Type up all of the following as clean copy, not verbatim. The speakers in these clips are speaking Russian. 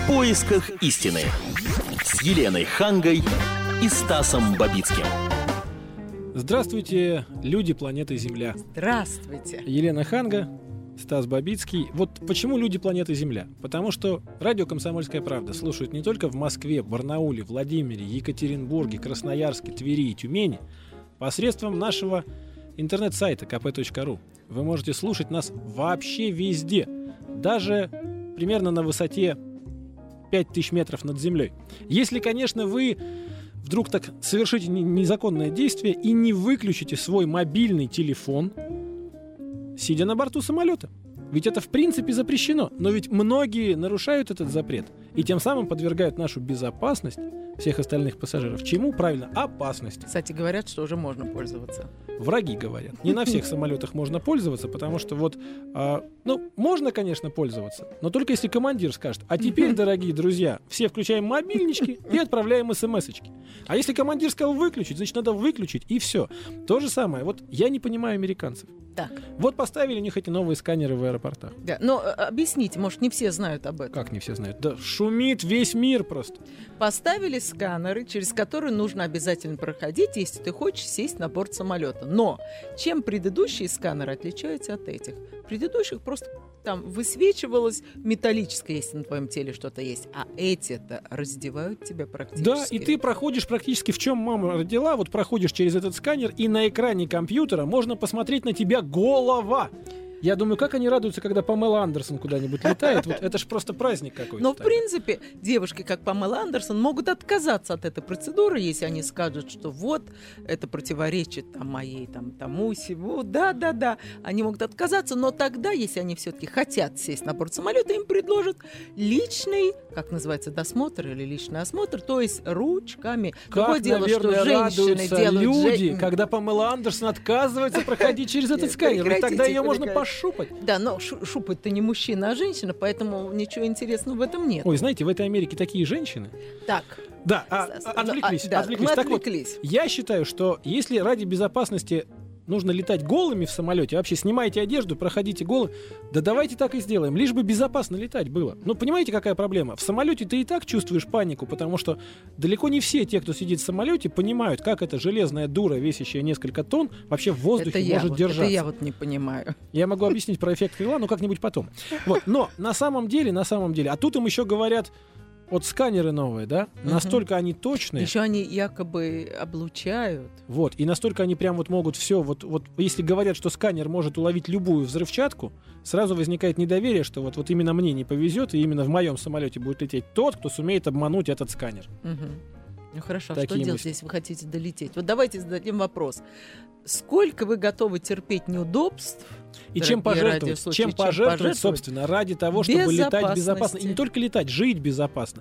В поисках истины с Еленой Хангой и Стасом Бабицким. Здравствуйте, люди планеты Земля. Здравствуйте. Елена Ханга, Стас Бабицкий. Вот почему люди планеты Земля? Потому что радио «Комсомольская правда» слушают не только в Москве, Барнауле, Владимире, Екатеринбурге, Красноярске, Твери и Тюмени. Посредством нашего интернет-сайта kp.ru вы можете слушать нас вообще везде, даже примерно на высоте 5000 метров над землей. Если, конечно, вы вдруг так совершите незаконное действие и не выключите свой мобильный телефон, сидя на борту самолета. Ведь это в принципе запрещено. Но ведь многие нарушают этот запрет и тем самым подвергают нашу безопасность, всех остальных пассажиров, чему? Правильно, опасности. Кстати, говорят, что уже можно пользоваться. Враги говорят. Не на всех самолетах можно пользоваться, потому что вот, можно, конечно, пользоваться, но только если командир скажет: а теперь, дорогие друзья, все включаем мобильнички и отправляем смс-очки. А если командир сказал выключить, значит, надо выключить, и все. То же самое. Вот я не понимаю американцев. Так. Вот поставили у них эти новые сканеры в аэропортах. Да, но объясните, может, не все знают об этом. Как не все знают? Да шумит весь мир просто. Поставили сканеры, через которые нужно обязательно проходить, если ты хочешь сесть на борт самолета. Но чем предыдущие сканеры отличаются от этих? Предыдущих просто там высвечивалось металлическое, если на твоем теле что-то есть. А эти-то раздевают тебя практически. Да, и ты проходишь практически, в чем мама родила, вот проходишь через этот сканер, и на экране компьютера можно посмотреть на тебя голова. Я думаю, как они радуются, когда Памела Андерсон куда-нибудь летает. Вот это же просто праздник какой-то. Но, в принципе, девушки, как Памела Андерсон, могут отказаться от этой процедуры, если они скажут, что вот, это противоречит моей тому сему. Да. Они могут отказаться, но тогда, если они все-таки хотят сесть на борт самолета, им предложат личный, как называется, досмотр или личный осмотр, то есть ручками. Как, наверное, радуются люди, когда Памела Андерсон отказывается проходить через этот сканер. Ведь тогда ее можно пошупать. Да, но шупать-то не мужчина, а женщина, поэтому ничего интересного в этом нет. Ой, знаете, в этой Америке такие женщины. Так. Да, отвлеклись. Мы Так отвлеклись. Вот, я считаю, что если ради безопасности нужно летать голыми в самолете, вообще снимайте одежду, проходите голым, да давайте так и сделаем, лишь бы безопасно летать было. Ну, понимаете, какая проблема? В самолете ты и так чувствуешь панику, потому что далеко не все те, кто сидит в самолете, понимают, как эта железная дура, весящая несколько тонн, вообще в воздухе может держаться. Это я вот не понимаю. Я могу объяснить про эффект крыла, но как-нибудь потом. Вот. Но на самом деле, а тут им еще говорят, вот сканеры новые, да, настолько они точные. Еще они якобы облучают. Вот, и настолько они прям вот могут все, вот если говорят, что сканер может уловить любую взрывчатку, сразу возникает недоверие, что вот именно мне не повезет, и именно в моем самолете будет лететь тот, кто сумеет обмануть этот сканер. Ну хорошо, такие что делать, если вы хотите долететь? Вот давайте зададим вопрос. Сколько вы готовы терпеть неудобств? И чем пожертвовать, собственно, ради того, чтобы летать безопасно. И не только летать, жить безопасно.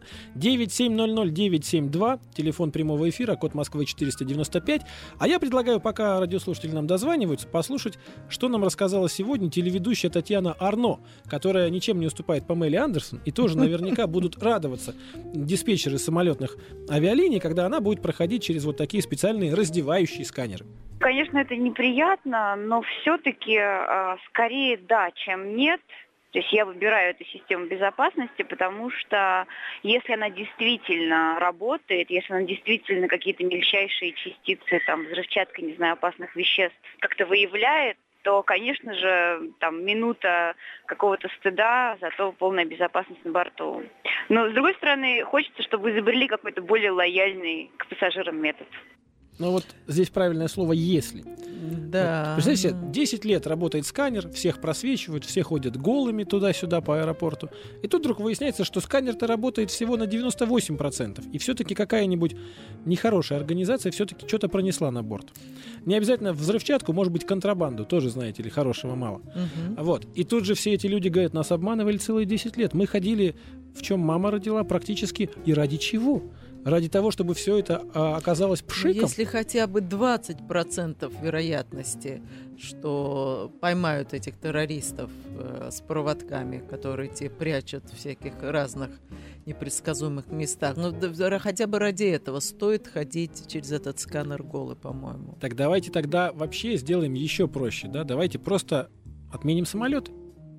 9700972, телефон прямого эфира, код Москвы 495. А я предлагаю, пока радиослушатели нам дозваниваются, послушать, что нам рассказала сегодня телеведущая Татьяна Арно, которая ничем не уступает Памеле Андерсон, и тоже наверняка будут радоваться диспетчеры самолетных авиалиний, когда она будет проходить через вот такие специальные раздевающие сканеры. Конечно, это неприятно, но все-таки скорее да, чем нет. То есть я выбираю эту систему безопасности, потому что если она действительно работает, если она действительно какие-то мельчайшие частицы, взрывчатка, опасных веществ как-то выявляет, то, конечно же, минута какого-то стыда, зато полная безопасность на борту. Но, с другой стороны, хочется, чтобы изобрели какой-то более лояльный к пассажирам метод. Ну вот здесь правильное слово «если». Да. Вот, представляете, 10 лет работает сканер, всех просвечивают, все ходят голыми туда-сюда по аэропорту. И тут вдруг выясняется, что сканер-то работает всего на 98%. И все-таки какая-нибудь нехорошая организация все-таки что-то пронесла на борт. Не обязательно взрывчатку, может быть, контрабанду, тоже, знаете ли, хорошего мало. Вот. И тут же все эти люди говорят, нас обманывали целые 10 лет. Мы ходили, в чем мама родила, практически и ради чего? Ради того, чтобы все это оказалось пшиком? Если хотя бы 20% вероятности, что поймают этих террористов с проводками, которые те прячут в всяких разных непредсказуемых местах. Ну, хотя бы ради этого стоит ходить через этот сканер голый, по-моему. Так давайте тогда вообще сделаем еще проще, да? Давайте просто отменим самолеты.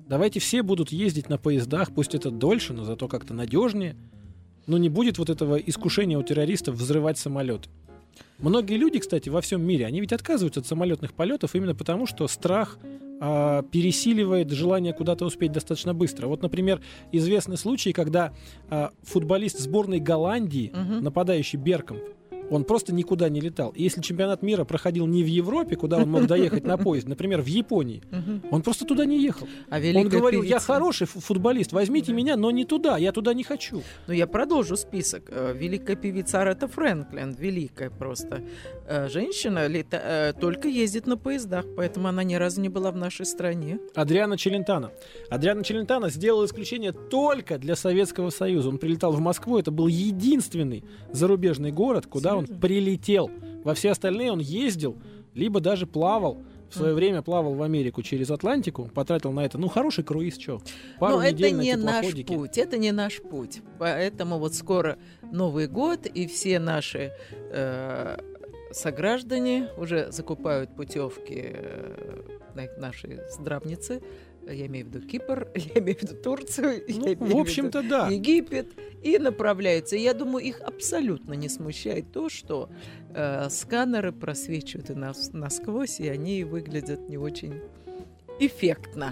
Давайте все будут ездить на поездах, пусть это дольше, но зато как-то надежнее. Но не будет вот этого искушения у террористов взрывать самолеты. Многие люди, кстати, во всем мире, они ведь отказываются от самолетных полетов именно потому, что страх пересиливает желание куда-то успеть достаточно быстро. Вот, например, известны случаи, когда футболист сборной Голландии, нападающий Беркамп, он просто никуда не летал. И если чемпионат мира проходил не в Европе, куда он мог доехать на поезд, например, в Японии, он просто туда не ехал. Он говорил, я хороший футболист, возьмите меня, но не туда, я туда не хочу. Ну, я продолжу список. Великая певица Аретта Фрэнклин, великая просто женщина, только ездит на поездах, поэтому она ни разу не была в нашей стране. Адриано Челентано. Адриано Челентано сделал исключение только для Советского Союза. Он прилетал в Москву, это был единственный зарубежный город, куда он прилетел. Во все остальные он ездил, либо даже плавал. В свое время плавал в Америку через Атлантику, потратил на это, хороший круиз, что? Но это не наш путь, это не наш путь. Поэтому вот скоро Новый год, и все наши сограждане уже закупают путевки на наши здравницы. Я имею в виду Кипр, я имею в виду Турцию, я имею в общем-то, да. Египет, и направляются. Я думаю, их абсолютно не смущает то, что сканеры просвечивают и насквозь, и они выглядят не очень эффектно.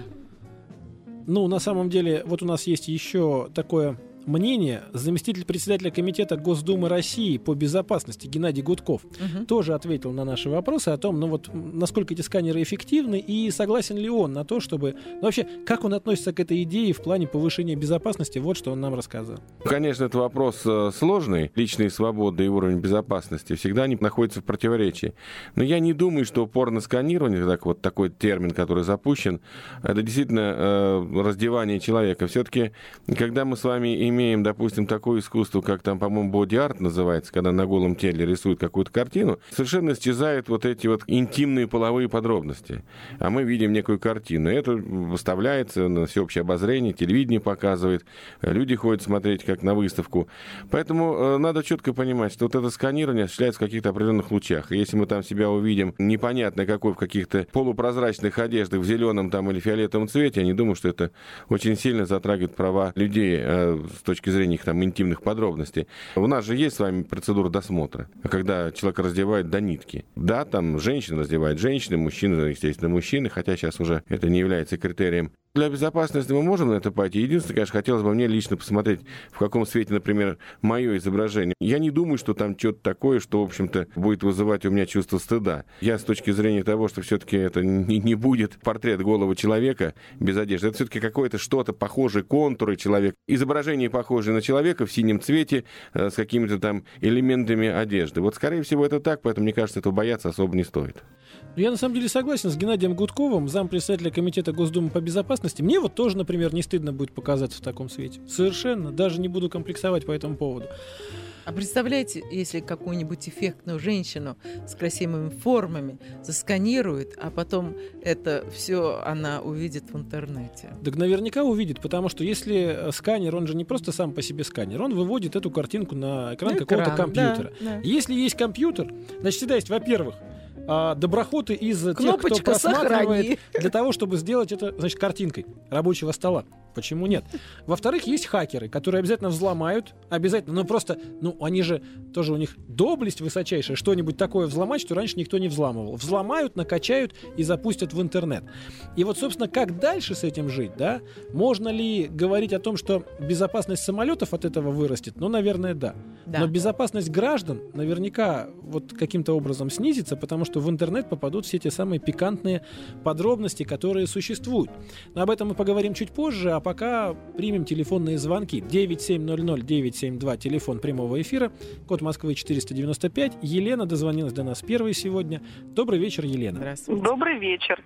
На самом деле, вот у нас есть еще такое мнение. Заместитель председателя комитета Госдумы России по безопасности Геннадий Гудков тоже ответил на наши вопросы о том, насколько эти сканеры эффективны и согласен ли он на то, чтобы... вообще, как он относится к этой идее в плане повышения безопасности, вот что он нам рассказал. Конечно, это вопрос сложный. Личные свободы и уровень безопасности всегда они находятся в противоречии. Но я не думаю, что упор на сканирование, вот такой термин, который запущен, это действительно раздевание человека. Все-таки, когда мы с вами имеем, допустим, такое искусство, как там, по-моему, боди-арт называется, когда на голом теле рисуют какую-то картину, совершенно исчезают вот эти вот интимные половые подробности. А мы видим некую картину. Это выставляется на всеобщее обозрение, телевидение показывает, люди ходят смотреть как на выставку. Поэтому надо четко понимать, что вот это сканирование осуществляется в каких-то определенных лучах. И если мы там себя увидим непонятно какой в каких-то полупрозрачных одеждах в зеленом там или фиолетовом цвете, я не думаю, что это очень сильно затрагивает права людей с точки зрения их там интимных подробностей. У нас же есть с вами процедура досмотра, когда человека раздевают до нитки. Да, там женщина раздевает женщины, мужчина, естественно, мужчины, хотя сейчас уже это не является критерием. Для безопасности мы можем на это пойти. Единственное, конечно, хотелось бы мне лично посмотреть, в каком свете, например, мое изображение. Я не думаю, что там что-то такое, что, в общем-то, будет вызывать у меня чувство стыда. Я с точки зрения того, что все-таки это не будет портрет голого человека без одежды. Это все-таки какое-то что-то похожее, контуры человека. Изображение похожее на человека в синем цвете с какими-то там элементами одежды. Вот, скорее всего, это так, поэтому, мне кажется, этого бояться особо не стоит. Я, на самом деле, согласен с Геннадием Гудковым, зампредседателя комитета Госдумы по безопасности. Мне вот тоже, например, не стыдно будет показаться в таком свете. Совершенно. Даже не буду комплексовать по этому поводу. А представляете, если какую-нибудь эффектную женщину с красивыми формами засканирует, а потом это все она увидит в интернете? Так наверняка увидит, потому что если сканер, он же не просто сам по себе сканер, он выводит эту картинку на экран какого-то компьютера. Да. Если есть компьютер, значит, всегда есть, во-первых, доброходы из кнопочка тех, кто просматривает, «Сохрани» для того, чтобы сделать это, значит, картинкой рабочего стола. Почему нет? Во-вторых, есть хакеры, которые обязательно взломают, обязательно, просто, они же, тоже у них доблесть высочайшая, что-нибудь такое взломать, что раньше никто не взламывал. Взломают, накачают и запустят в интернет. И вот, собственно, как дальше с этим жить, да? Можно ли говорить о том, что безопасность самолетов от этого вырастет? Наверное, да. Но безопасность граждан наверняка вот каким-то образом снизится, потому что в интернет попадут все те самые пикантные подробности, которые существуют. Но об этом мы поговорим чуть позже, а пока примем телефонные звонки. 9700-972, телефон прямого эфира, код Москвы 495. Елена дозвонилась до нас первой сегодня. Добрый вечер, Елена. Здравствуйте. Добрый вечер.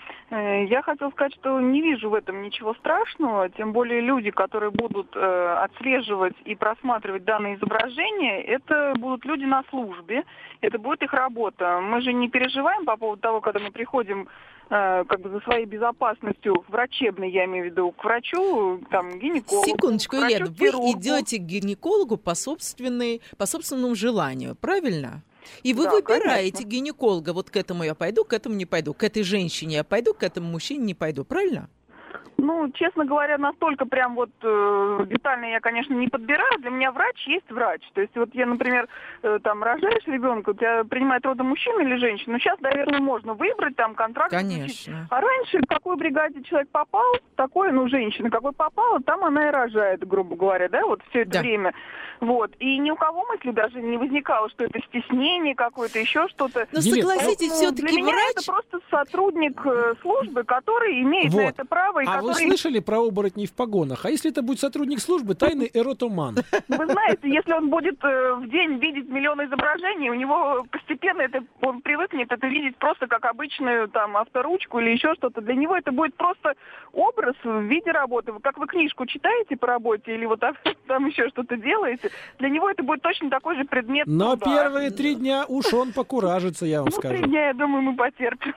Я хотела сказать, что не вижу в этом ничего страшного, тем более люди, которые будут отслеживать и просматривать данные изображения, это будут люди на службе, это будет их работа. Мы же не переживаем по поводу того, когда мы приходим за своей безопасностью врачебной, я имею в виду, к врачу, гинекологу. Секундочку, врачу, Елена, вы хирургу. идете к гинекологу по собственному желанию, правильно? И вы Да, выбираете конечно. гинеколога. Вот к этому я пойду, к этому не пойду. К этой женщине я пойду, к этому мужчине не пойду. Правильно? Ну, честно говоря, настолько прям вот детально я, конечно, не подбираю. Для меня врач есть врач. То есть вот я, например, там рожаешь ребенка, у тебя принимает родом мужчина или женщина. Ну, сейчас, наверное, можно выбрать там контракт. Конечно. А раньше, в какой бригаде человек попал, такой, ну, женщина, какой попала, там она и рожает, грубо говоря, да, вот все это время. Вот. И ни у кого мысли даже не возникало, что это стеснение какое-то, еще что-то. Но согласитесь, все-таки для меня врач... это просто сотрудник службы, который имеет на это право. И вы слышали про оборотней в погонах? А если это будет сотрудник службы, тайный эротоман? Вы знаете, если он будет в день видеть миллион изображений, у него постепенно он привыкнет это видеть просто как обычную там авторучку или еще что-то. Для него это будет просто образ в виде работы. Как вы книжку читаете по работе или вот там еще что-то делаете, для него это будет точно такой же предмет. Но первые 3 дня уж он покуражится, я вам скажу. 3 дня, я думаю, мы потерпим.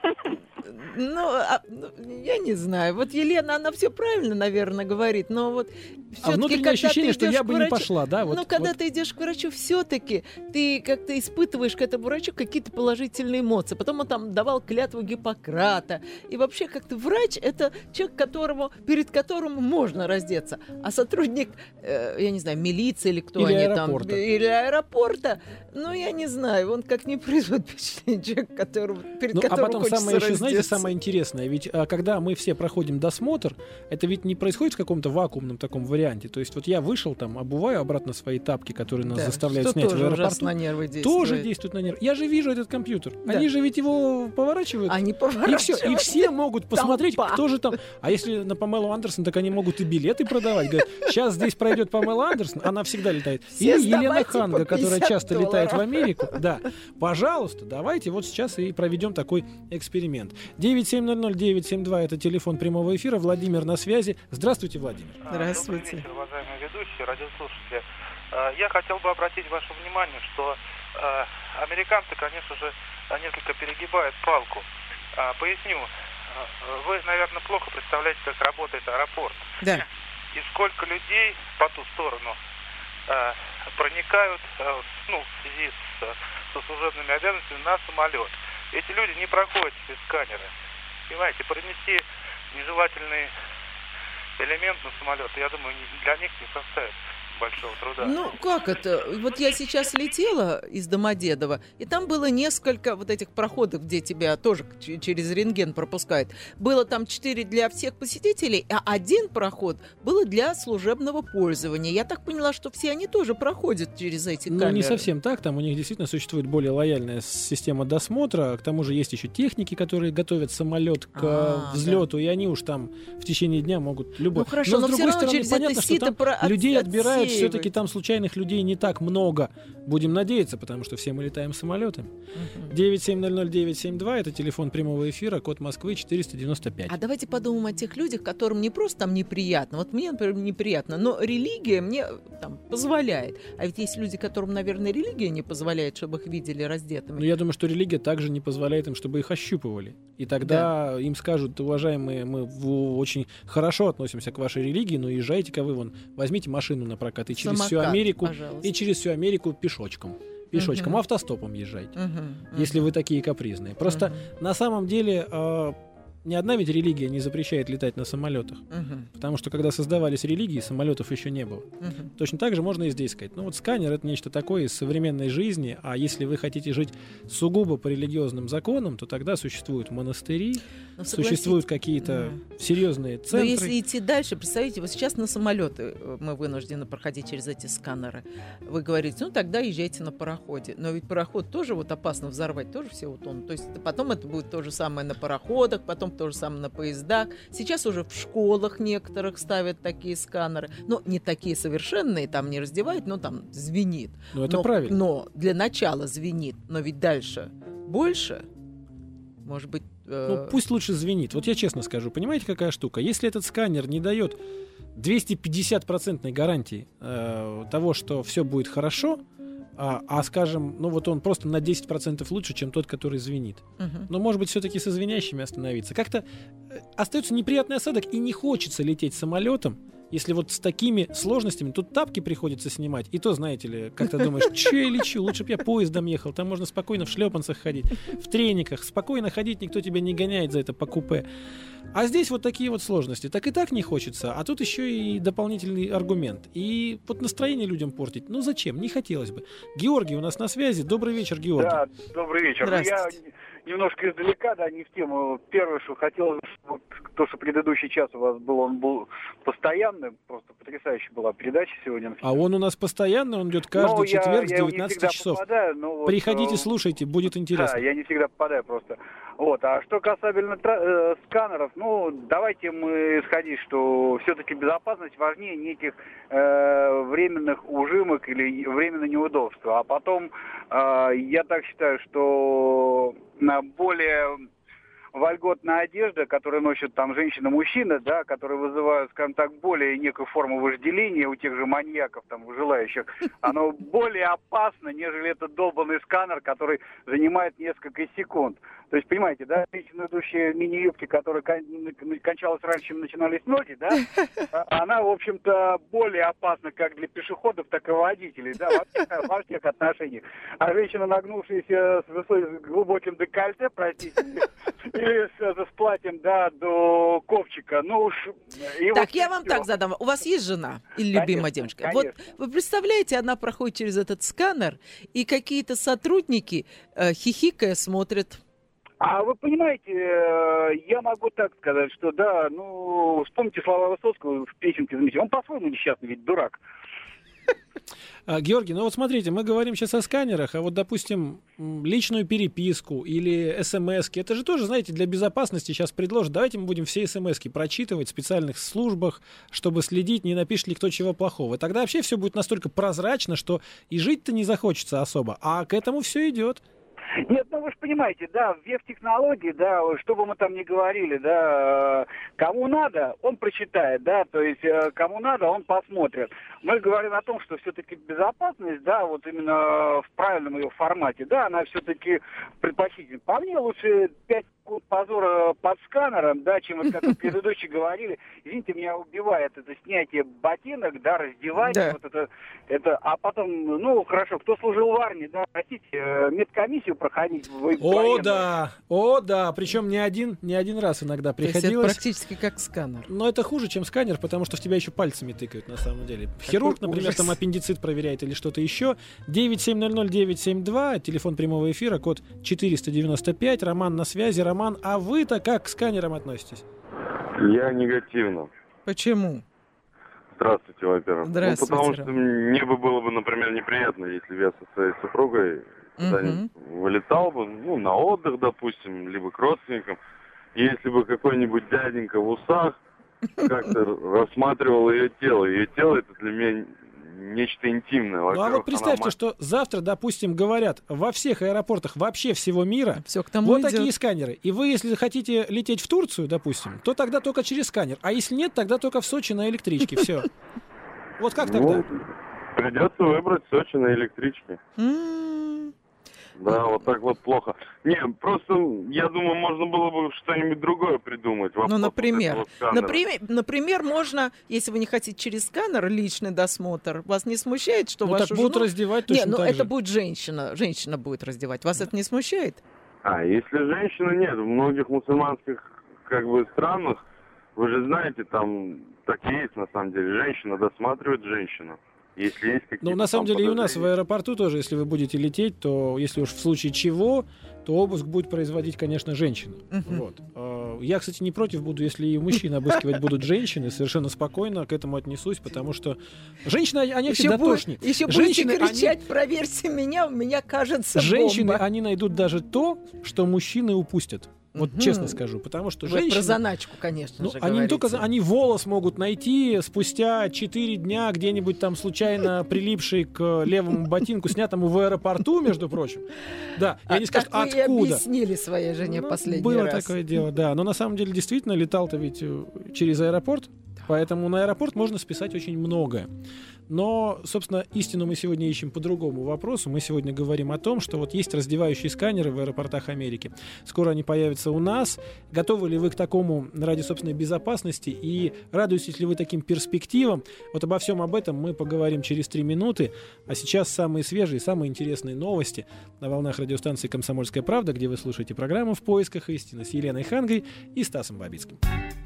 Я не знаю. Вот Елена, она все правильно, наверное, говорит, но вот все-таки, внутреннее ощущение, что я бы не пошла, да? Когда ты идешь к врачу, все-таки ты как-то испытываешь к этому врачу какие-то положительные эмоции. Потом он там давал клятву Гиппократа. И вообще как-то врач — это человек, перед которым можно раздеться. А сотрудник, я не знаю, милиции или кто или они аэропорта. там, или аэропорта, я не знаю, он как не производит впечатление человека, перед которым а потом хочется раздеться. знаете, самое интересное, ведь когда мы все проходим досмотр, это ведь не происходит в каком-то вакуумном таком варианте. То есть вот я вышел там, обуваю обратно свои тапки, которые нас заставляют снять в аэропорту. На нервы действует. Тоже действует на нервы. Я же вижу этот компьютер. Да. Они же ведь его поворачивают. Они поворачивают. И все могут посмотреть, кто же там. А если на Памелу Андерсон, так они могут и билеты продавать. Говорят, сейчас здесь пройдет Памела Андерсон, она всегда летает. Или Елена Ханга, которая часто летает в Америку. Да. Пожалуйста, давайте вот сейчас и проведем такой эксперимент. 9700972 это телефон прямого эфира. Владимир на связи. Здравствуйте, Владимир. Здравствуйте. Добрый вечер, уважаемые ведущие, радиослушатели. Я хотел бы обратить ваше внимание, что американцы, конечно же, несколько перегибают палку. Поясню. Вы, наверное, плохо представляете, как работает аэропорт. Да. И сколько людей по ту сторону проникают в связи со служебными обязанностями на самолет. Эти люди не проходят через сканеры. Понимаете, пронести нежелательный элемент на самолет, я думаю, для них не составит большого труда. Как это? Вот я сейчас летела из Домодедово, и там было несколько вот этих проходов, где тебя тоже через рентген пропускают. Было там 4 для всех посетителей, а 1 проход было для служебного пользования. Я так поняла, что все они тоже проходят через эти камеры. Не совсем так. Там у них действительно существует более лояльная система досмотра. К тому же есть еще техники, которые готовят самолет к взлету, и они уж там в течение дня могут любой. Хорошо, но с другой стороны, через понятно, что там людей отбирают. Все-таки там случайных людей не так много. Будем надеяться, потому что все мы летаем самолетами. 9700972 это телефон прямого эфира, код Москвы 495. А давайте подумаем о тех людях, которым не просто там неприятно. Вот мне, например, неприятно, но религия мне там позволяет. А ведь есть люди, которым, наверное, религия не позволяет, чтобы их видели раздетыми. Я думаю, что религия также не позволяет им, чтобы их ощупывали. И тогда им скажут: уважаемые, мы очень хорошо относимся к вашей религии, но езжайте-ка вы возьмите машину на прокат и через всю Америку, пожалуйста. И через всю Америку пешочком, автостопом езжайте, если вы такие капризные. Просто на самом деле ни одна ведь религия не запрещает летать на самолетах, потому что когда создавались религии, самолетов еще не было. Точно так же можно и здесь сказать. Сканер — это нечто такое из современной жизни, а если вы хотите жить сугубо по религиозным законам, то тогда существуют монастыри, существуют какие-то серьезные центры. Но если идти дальше, представьте, вот сейчас на самолеты мы вынуждены проходить через эти сканеры. Вы говорите, тогда езжайте на пароходе. Но ведь пароход тоже опасно взорвать, тоже все утонут. То есть потом это будет то же самое на пароходах, потом то же самое на поездах. Сейчас уже в школах некоторых ставят такие сканеры. Не такие совершенные, там не раздевают, но там звенит. Это правильно. Но для начала звенит, но ведь дальше больше, может быть... пусть лучше звенит. Вот я честно скажу, понимаете, какая штука? Если этот сканер не дает 250% гарантии того, что все будет хорошо, скажем, он просто на 10% лучше, чем тот, который звенит. Но, может быть, все-таки со звенящими остановиться. Как-то остается неприятный осадок, и не хочется лететь самолетом, если вот с такими сложностями, тут тапки приходится снимать, и то, знаете ли, как ты думаешь, че я лечу, лучше бы я поездом ехал, там можно спокойно в шлепанцах ходить, в трениках, спокойно ходить, никто тебя не гоняет за это по купе. А здесь вот такие вот сложности. Так и так не хочется, а тут еще и дополнительный аргумент. И вот настроение людям портить, ну зачем, не хотелось бы. Георгий у нас на связи. Добрый вечер, Георгий. Да, добрый вечер. Я немножко издалека, да, не в тему. Первое, что хотелось, вот, то, что предыдущий час у вас был, он был постоянным, просто потрясающая была передача сегодня. А он у нас постоянный, он идет каждый четверг с 19 часов. Попадаю, приходите, вот, слушайте, будет интересно. Да, я не всегда попадаю просто. Вот. А что касательно сканеров, ну, давайте мы исходить, что все-таки безопасность важнее неких временных ужимок или временного неудобства. А потом, я так считаю, что более вольготная одежда, которую носят там женщина-мужчина, да, которые вызывают, скажем так, более некую форму вожделения у тех же маньяков, там, желающих, оно более опасно, нежели этот долбанный сканер, который занимает несколько секунд. То есть, понимаете, да, женщина, идущая в мини-юбке, которая кончалась раньше, чем начинались ноги, да, она, в общем-то, более опасна как для пешеходов, так и водителей, да, во всех отношениях. А женщина, нагнувшаяся с глубоким декольте, простите, или с платьем, да, до ковчика, ну уж... Так, я вам так задам. У вас есть жена или любимая девушка? Вот вы представляете, она проходит через этот сканер, и какие-то сотрудники, хихикая, смотрят. А вы понимаете, я могу так сказать, что да, ну, вспомните слова Высоцкого в песенке замечательно. Он по-своему несчастный, ведь дурак. Георгий, ну вот смотрите, мы говорим сейчас о сканерах, а вот, допустим, личную переписку или смс-ки, это же тоже, знаете, для безопасности сейчас предложат. Давайте мы будем все смс-ки прочитывать в специальных службах, чтобы следить, не напишет ли кто чего плохого. Тогда вообще все будет настолько прозрачно, что и жить-то не захочется особо, а к этому все идет. Нет, ну вы же понимаете, да, в век технологий, да, что бы мы там ни говорили, да, кому надо, он прочитает, да, то есть кому надо, он посмотрит. Мы говорим о том, что все-таки безопасность, да, вот именно в правильном ее формате, да, она все-таки предпочтительна. По мне лучше 5 секунд позора под сканером, да, чем, вот, как вы предыдущие говорили, извините, меня убивает это снятие ботинок, да, раздевание, да. Вот это, а потом, ну, хорошо, кто служил в армии, да, простите, медкомиссию проходить. О, да, причем не один раз иногда приходилось. То есть это практически как сканер. Но это хуже, чем сканер, потому что в тебя еще пальцами тыкают, на самом деле. Хирург, например, там аппендицит проверяет или что-то еще. 9700972, телефон прямого эфира, код 495. Роман на связи. Роман, а вы-то как к сканерам относитесь? Я негативно. Почему? Здравствуйте, во-первых. Здравствуйте. Ну, потому что мне было бы, например, неприятно, если бы я со своей супругой куда-нибудь вылетал бы, ну, на отдых, допустим, либо к родственникам. Если бы какой-нибудь дяденька в усах как-то рассматривал ее тело. Ее тело — это для меня нечто интимное. Ну, а вот представьте, что завтра, допустим, говорят, во всех аэропортах вообще всего мира все к тому вот идет. Такие сканеры. И вы, если хотите лететь в Турцию, допустим, то тогда только через сканер. А если нет, тогда только в Сочи на электричке. Все. Вот как тогда? Придется выбрать Сочи на электричке. Да, вот так вот плохо. Не, просто, я думаю, можно было бы что-нибудь другое придумать. Ну, например, можно, если вы не хотите через сканер, личный досмотр, вас не смущает, что вашу так будут раздевать точно так же. Это будет женщина будет раздевать. Вас это не смущает? Если женщина, нет. В многих мусульманских, странах, вы же знаете, там так и есть, на самом деле. Женщина досматривает женщину. Если есть какие-то. Ну, на самом деле, и у нас в аэропорту тоже, если вы будете лететь, то если уж в случае чего, то обыск будет производить, конечно, женщина. Вот. Я, кстати, не против буду, если и мужчин обыскивать будут женщины, совершенно спокойно к этому отнесусь, потому что женщины, они все дотошники. Еще будете кричать, проверьте меня, у меня кажется женщины, бомба. Они найдут даже то, что мужчины упустят. Вот честно скажу, потому что женщины... Про заначку, конечно же, они не только они волос могут найти спустя 4 дня где-нибудь там случайно прилипший к левому ботинку, снятому в аэропорту, между прочим. Да, и они скажут, откуда? Вы объяснили своей жене последний раз. Было такое дело, да. Но на самом деле действительно летал-то ведь через аэропорт. Поэтому на аэропорт можно списать очень многое. Но, собственно, истину мы сегодня ищем по другому вопросу. Мы сегодня говорим о том, что вот есть раздевающие сканеры в аэропортах Америки. Скоро они появятся у нас. Готовы ли вы к такому ради собственной безопасности? И радуетесь ли вы таким перспективам? Вот обо всем об этом мы поговорим через 3 минуты. А сейчас самые свежие, самые интересные новости на волнах радиостанции «Комсомольская правда», где вы слушаете программу «В поисках истины» с Еленой Хангой и Стасом Бабицким.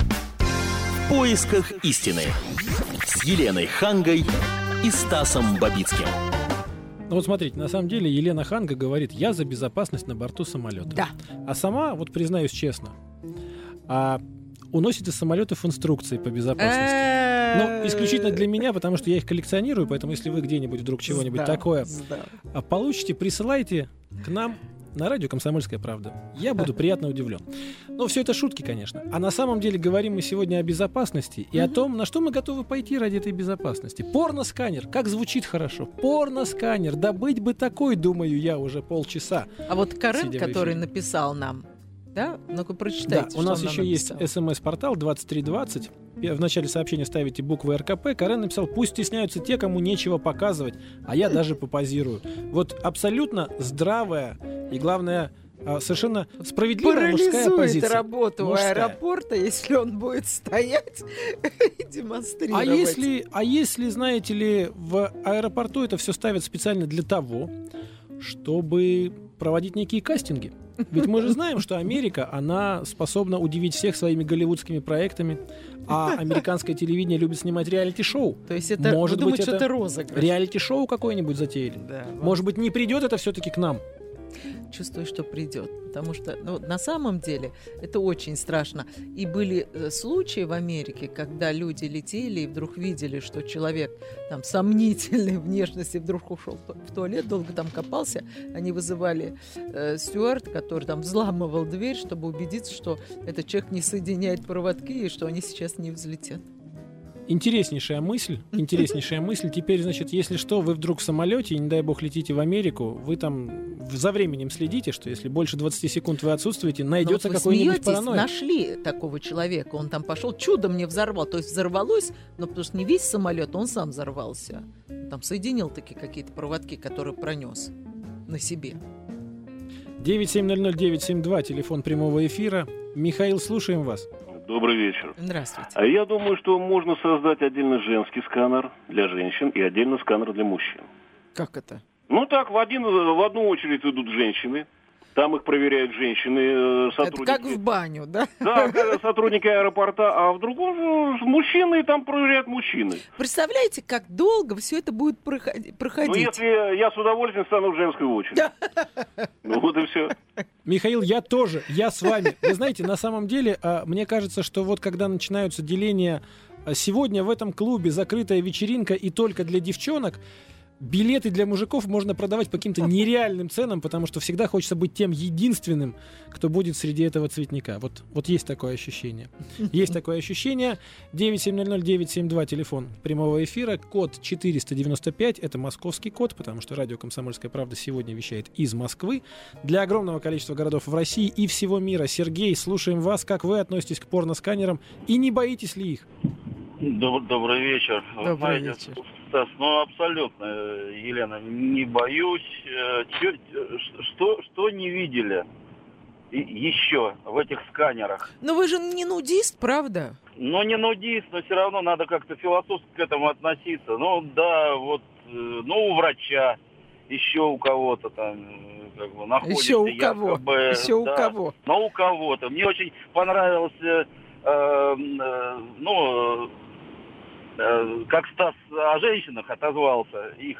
В поисках истины с Еленой Хангой и Стасом Бабицким. Ну вот смотрите, на самом деле Елена Ханга говорит: я за безопасность на борту самолета. Да. А сама, вот признаюсь честно, уносит из самолетов инструкции по безопасности. Ну, исключительно для меня, потому что я их коллекционирую, поэтому если вы где-нибудь вдруг чего-нибудь такое получите, присылайте к нам на радио «Комсомольская правда». Я буду приятно удивлен. Но все это шутки, конечно. А на самом деле говорим мы сегодня о безопасности и о том, на что мы готовы пойти ради этой безопасности. Порносканер. Как звучит хорошо. Порносканер. Да быть бы такой, думаю я, уже полчаса. А вот Карен, который написал нам, да? Ну-ка, прочитайте. Да, у нас еще есть СМС-портал 2320. В начале сообщения ставите буквы РКП. Карен написал: пусть стесняются те, кому нечего показывать, а я даже попозирую. Вот абсолютно здравая и, главное, совершенно справедливая мужская позиция. Парализует работу аэропорта, если он будет стоять и демонстрировать. А если, знаете ли, в аэропорту это все ставят специально для того, чтобы проводить некие кастинги. Ведь мы же знаем, что Америка, она способна удивить всех своими голливудскими проектами, а американское телевидение любит снимать реалити-шоу. То есть это, может вы думаете, быть, что это розыгрыш? Реалити-шоу какое-нибудь затеяли? Да, может быть, не придет это все-таки к нам? Чувствую, что придет. Потому что на самом деле это очень страшно. И были случаи в Америке, когда люди летели и вдруг видели, что человек там сомнительной внешности вдруг ушел в туалет, долго там копался. Они вызывали стюард, который там взламывал дверь, чтобы убедиться, что этот человек не соединяет проводки и что они сейчас не взлетят. Интереснейшая мысль. Теперь, значит, если что, вы вдруг в самолете, и, не дай бог, летите в Америку, вы там за временем следите, что если больше 20 секунд вы отсутствуете, найдется какой-нибудь параноик. Нашли такого человека, он там пошел, чудом не взорвал. То есть взорвалось, но потому что не весь самолет, он сам взорвался. Там соединил такие какие-то проводки, которые пронес на себе. 9700972, телефон прямого эфира. Михаил, слушаем вас. Добрый вечер. Здравствуйте. А я думаю, что можно создать отдельно женский сканер для женщин и отдельно сканер для мужчин. Как это? Ну так, в одну очередь идут женщины, там их проверяют женщины, сотрудники. Это как в баню, да? Да, сотрудники аэропорта, а в другом мужчины, и там проверяют мужчины. Представляете, как долго все это будет проходить? Ну, если я с удовольствием стану в женской очереди. Ну вот и все. Михаил, я тоже, я с вами. Вы знаете, на самом деле, мне кажется, что вот когда начинаются деления, сегодня в этом клубе закрытая вечеринка и только для девчонок, билеты для мужиков можно продавать по каким-то нереальным ценам, потому что всегда хочется быть тем единственным, кто будет среди этого цветника. Вот есть такое ощущение. Есть такое ощущение. 9700972, телефон прямого эфира, код 495, это московский код, потому что радио «Комсомольская правда» сегодня вещает из Москвы для огромного количества городов в России и всего мира. Сергей, слушаем вас. Как вы относитесь к порносканерам и не боитесь ли их? Добрый вечер. Добрый вечер. Стас, ну абсолютно, Елена, не боюсь. Что не видели еще в этих сканерах? Но вы же не нудист, правда? Ну, не нудист, но все равно надо как-то философски к этому относиться. Ну, да, вот, у врача, еще у кого-то там, как бы, находится. Еще у кого? Еще у да, кого? Ну, у кого-то. Мне очень понравился, как Стас о женщинах отозвался, их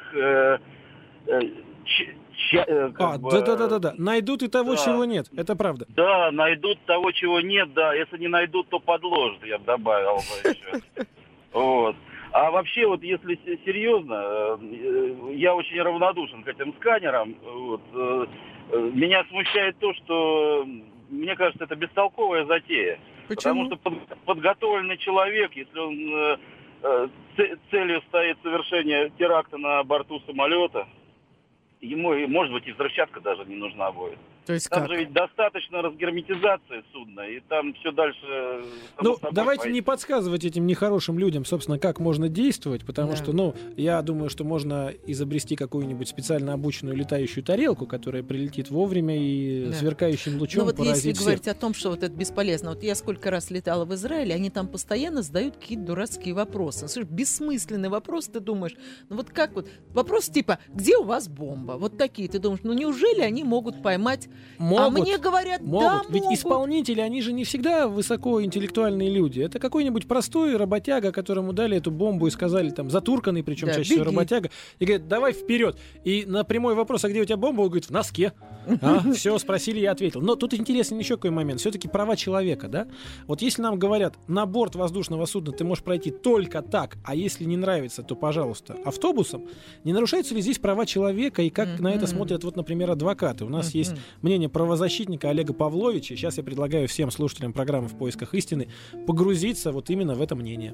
да. Найдут и того, чего нет. Это правда. Да, найдут того, чего нет, да. Если не найдут, то подложат, я бы добавил бы еще. Вот. А вообще, вот если серьезно, я очень равнодушен к этим сканерам. Вот. Меня смущает то, что, мне кажется, это бестолковая затея. Почему? Потому что подготовленный человек, если он целью стоит совершение теракта на борту самолета, ему, может быть, и взрывчатка даже не нужна будет. То есть там как? же ведь достаточно разгерметизации судна, и там все дальше... Ну, давайте не подсказывать этим нехорошим людям, собственно, как можно действовать, потому Да. что, ну, я думаю, что можно изобрести какую-нибудь специально обученную летающую тарелку, которая прилетит вовремя и Да. сверкающим лучом Ну вот поразит если всех. говорить о том, что вот это бесполезно. Вот я сколько раз летала в Израиле, они там постоянно задают какие-то дурацкие вопросы. Слушай, бессмысленный вопрос, ты думаешь, ну вот как вот, вопрос типа, где у вас бомба? Вот такие, ты думаешь, ну неужели они могут поймать? А мне говорят, да, Ведь могут. исполнители, они же не всегда высокоинтеллектуальные люди. Это какой-нибудь простой работяга, которому дали эту бомбу и сказали, там, затурканный, причем Да, чаще всего беги. работяга, и говорят, давай вперед. И на прямой вопрос, а где у тебя бомба, он говорит, в носке. Все, спросили, я ответил. Но тут интересен еще какой момент. Все-таки права человека, да? Вот если нам говорят, на борт воздушного судна ты можешь пройти только так, а если не нравится, то, пожалуйста, автобусом, не нарушаются ли здесь права человека и как на это смотрят, вот, например, адвокаты? У нас есть мнение правозащитника Олега Павловича. Сейчас я предлагаю всем слушателям программы «В поисках истины» погрузиться вот именно в это мнение.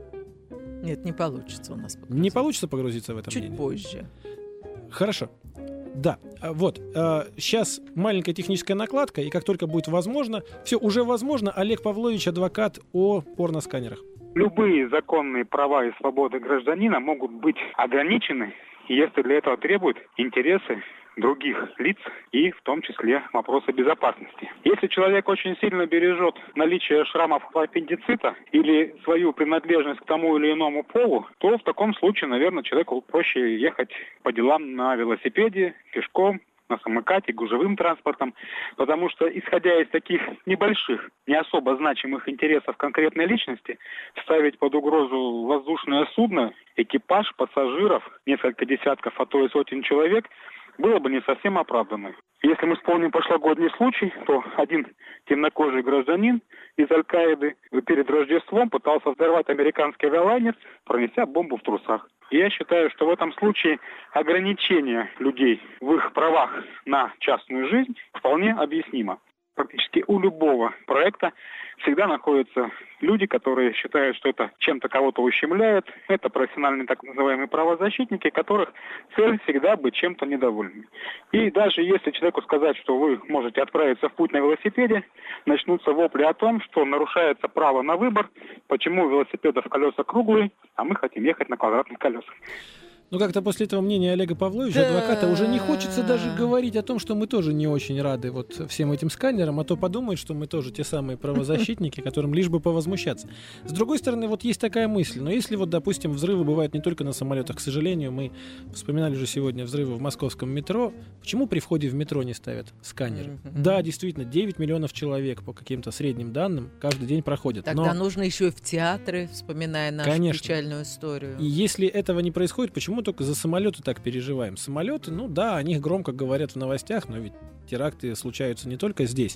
Нет, не получится у нас. Не получится погрузиться в это Чуть мнение? позже. Хорошо. Да, вот, сейчас маленькая техническая накладка, и как только будет возможно, все уже возможно, Олег Павлович, адвокат о порносканерах. Любые законные права и свободы гражданина могут быть ограничены, если для этого требуют интересы других лиц и в том числе вопросы безопасности. Если человек очень сильно бережет наличие шрамов аппендицита или свою принадлежность к тому или иному полу, то в таком случае, наверное, человеку проще ехать по делам на велосипеде, пешком, на самокате, гужевым транспортом, потому что, исходя из таких небольших, не особо значимых интересов конкретной личности, ставить под угрозу воздушное судно, экипаж, пассажиров, несколько десятков, а то и сотен человек, было бы не совсем оправданно. Если мы вспомним прошлогодний случай, то один темнокожий гражданин из Аль-Каиды перед Рождеством пытался взорвать американский авиалайнер, пронеся бомбу в трусах. И я считаю, что в этом случае ограничение людей в их правах на частную жизнь вполне объяснимо. Практически у любого проекта всегда находятся люди, которые считают, что это чем-то кого-то ущемляет. Это профессиональные так называемые правозащитники, которых цель всегда быть чем-то недовольными. И даже если человеку сказать, что вы можете отправиться в путь на велосипеде, начнутся вопли о том, что нарушается право на выбор, почему у велосипедов колеса круглые, а мы хотим ехать на квадратных колесах. Ну, как-то после этого мнения Олега Павловича, адвоката, уже не хочется даже говорить о том, что мы тоже не очень рады вот всем этим сканерам, а то подумают, что мы тоже те самые правозащитники, которым лишь бы повозмущаться. С другой стороны, вот есть такая мысль, но если вот, допустим, взрывы бывают не только на самолетах, к сожалению, мы вспоминали же сегодня взрывы в московском метро, почему при входе в метро не ставят сканеры? Да, действительно, 9 миллионов человек по каким-то средним данным каждый день проходят. Тогда нужно еще и в театры, вспоминая нашу печальную историю. И если этого не происходит, почему только за самолеты так переживаем? Самолеты, ну да, о них громко говорят в новостях, но ведь теракты случаются не только здесь.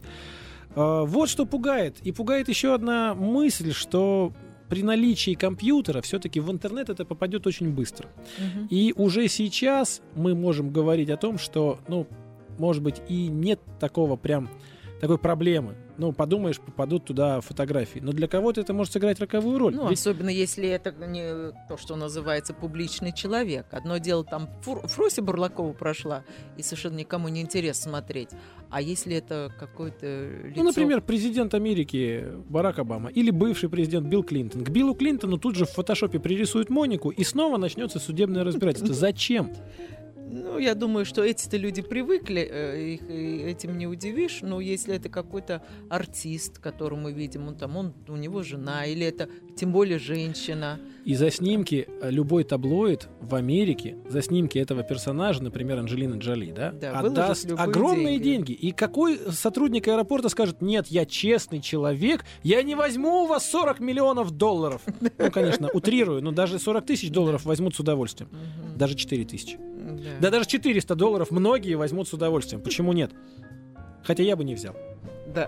Вот что пугает. И пугает еще одна мысль, что при наличии компьютера все-таки в интернет это попадет очень быстро. И уже сейчас мы можем говорить о том, что, ну, может быть, и нет такой проблемы. Ну, подумаешь, попадут туда фотографии. Но для кого-то это может сыграть роковую роль. Ну, особенно если это не то, что называется публичный человек. Одно дело, там Фрося Бурлакова прошла, и совершенно никому не интересно смотреть. А если это какое-то лицо... Ну, например, президент Америки Барак Обама или бывший президент Билл Клинтон. К Биллу Клинтону тут же в фотошопе пририсуют Монику, и снова начнется судебное разбирательство. Зачем? Ну, я думаю, что эти-то люди привыкли, их этим не удивишь, но если это какой-то артист, которого мы видим, у него жена, или это тем более женщина. И за снимки любой таблоид в Америке, за снимки этого персонажа, например, Анджелины Джоли, да отдаст огромные деньги. И какой сотрудник аэропорта скажет: нет, я честный человек, я не возьму у вас 40 миллионов долларов. Ну, конечно, утрирую, но даже 40 тысяч долларов возьмут с удовольствием. Даже 4 тысячи. Да даже 400 долларов многие возьмут с удовольствием. Почему нет? Хотя я бы не взял. Да.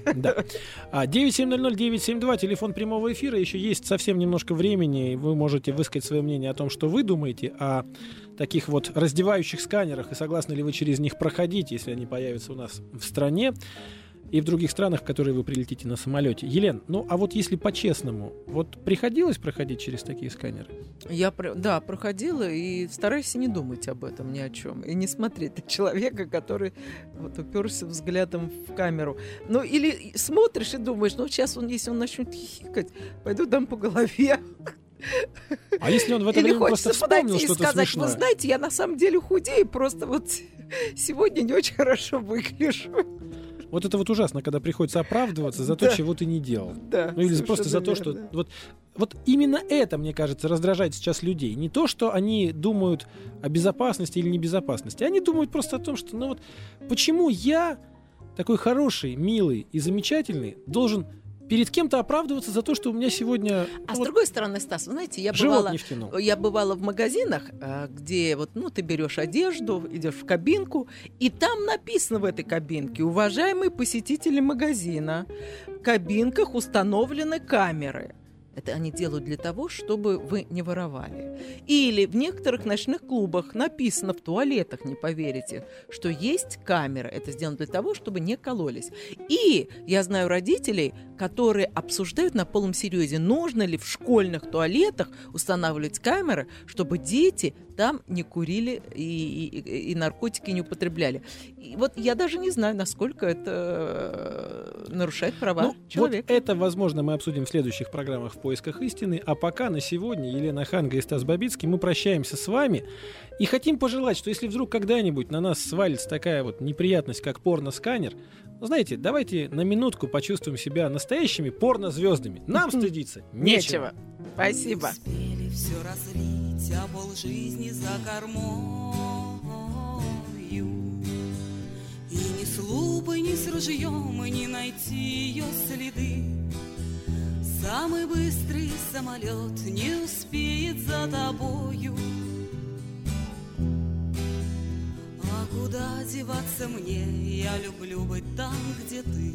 9700972, телефон прямого эфира. Еще есть совсем немножко времени, и вы можете высказать свое мнение о том, что вы думаете о таких вот раздевающих сканерах, и согласны ли вы через них проходить, если они появятся у нас в стране. и в других странах, в которые вы прилетите на самолете. Елена, ну а вот если по-честному, вот приходилось проходить через такие сканеры? Да, проходила, и стараюсь не думать об этом ни о чем. И не смотреть на человека, который вот уперся взглядом в камеру. Ну, или смотришь и думаешь, ну, сейчас если он начнет хихикать, пойду дам по голове. А если он в это время просто вспомнил что-то сказать, смешное? Вы знаете, я на самом деле худею, просто вот сегодня не очень хорошо выгляжу. Вот это вот ужасно, когда приходится оправдываться за то, чего ты не делал. Да, ну или просто за то, что... Вот именно это, мне кажется, раздражает сейчас людей. Не то, что они думают о безопасности или небезопасности. Они думают просто о том, что, ну вот, почему я, такой хороший, милый и замечательный, должен перед кем-то оправдываться за то, что у меня сегодня... А с другой стороны, Стас, вы знаете, я бывала в магазинах, где вот, ну, ты берешь одежду, идешь в кабинку, и там написано в этой кабинке: уважаемые посетители магазина, в кабинках установлены камеры. Это они делают для того, чтобы вы не воровали. Или в некоторых ночных клубах написано в туалетах, не поверите, что есть камеры. Это сделано для того, чтобы не кололись. И я знаю родителей, которые обсуждают на полном серьезе, нужно ли в школьных туалетах устанавливать камеры, чтобы дети там не курили и наркотики не употребляли. И вот я даже не знаю, насколько это нарушает права человека. Вот это, возможно, мы обсудим в следующих программах «В поисках истины». А пока на сегодня Елена Ханга и Стас Бабицкий, мы прощаемся с вами и хотим пожелать, что если вдруг когда-нибудь на нас свалится такая вот неприятность, как порносканер, знаете, давайте на минутку почувствуем себя настоящими порнозвездами. Нам стыдиться нечего. Спасибо. Успели все разлить, а полжизни за кормою. И ни с лупой, ни с ружьем, и не найти ее следы. Самый быстрый самолет не успеет за тобою. А куда деваться мне? Я люблю быть там, где ты.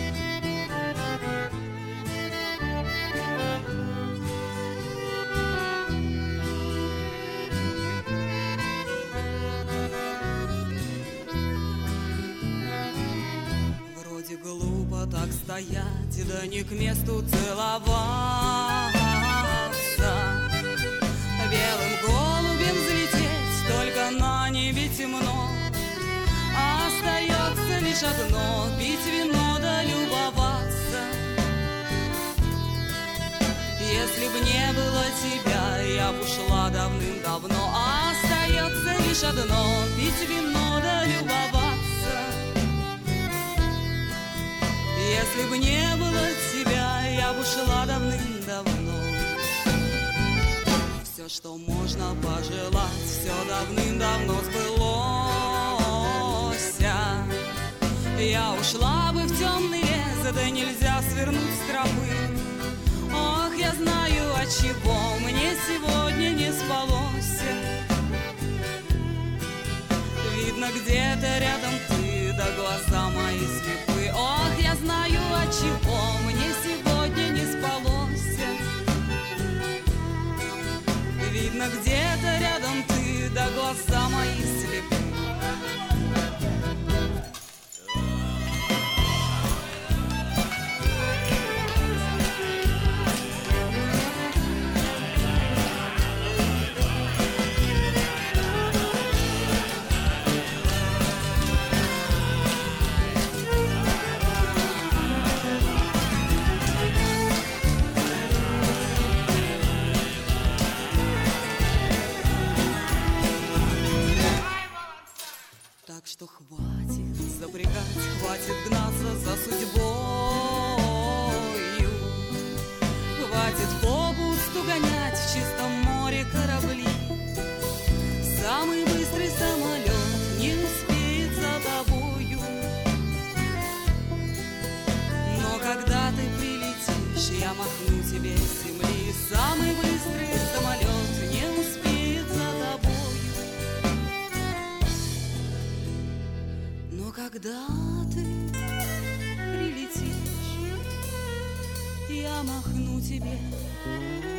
Вроде глупо так стоять, да не к месту целоваться. Белым голубем взлететь, только на небе темно. Остается лишь одно — пить вино да любоваться. Если б не было тебя, я б ушла давным-давно. Остается лишь одно — пить вино да любоваться. Если б не было тебя, я б ушла давным-давно. Все, что можно пожелать, все давным-давно сбылось. Я ушла бы в темный лес, да нельзя свернуть с тропы. Ох, я знаю, отчего мне сегодня не спалось. Видно, где-то рядом ты, да глаза мои слепы. Ох, я знаю, отчего мне сегодня не спалось. Видно, где-то рядом ты, да глаза мои слепы. Так что хватит запрягать, хватит гнаться за судьбою. Хватит попусту гонять в чистом море корабли. Самый быстрый самолет не успеет за тобою. Но когда ты прилетишь, я махну тебе с земли. Самый быстрый самолет не успеет за тобою. Но когда ты прилетишь, я махну тебе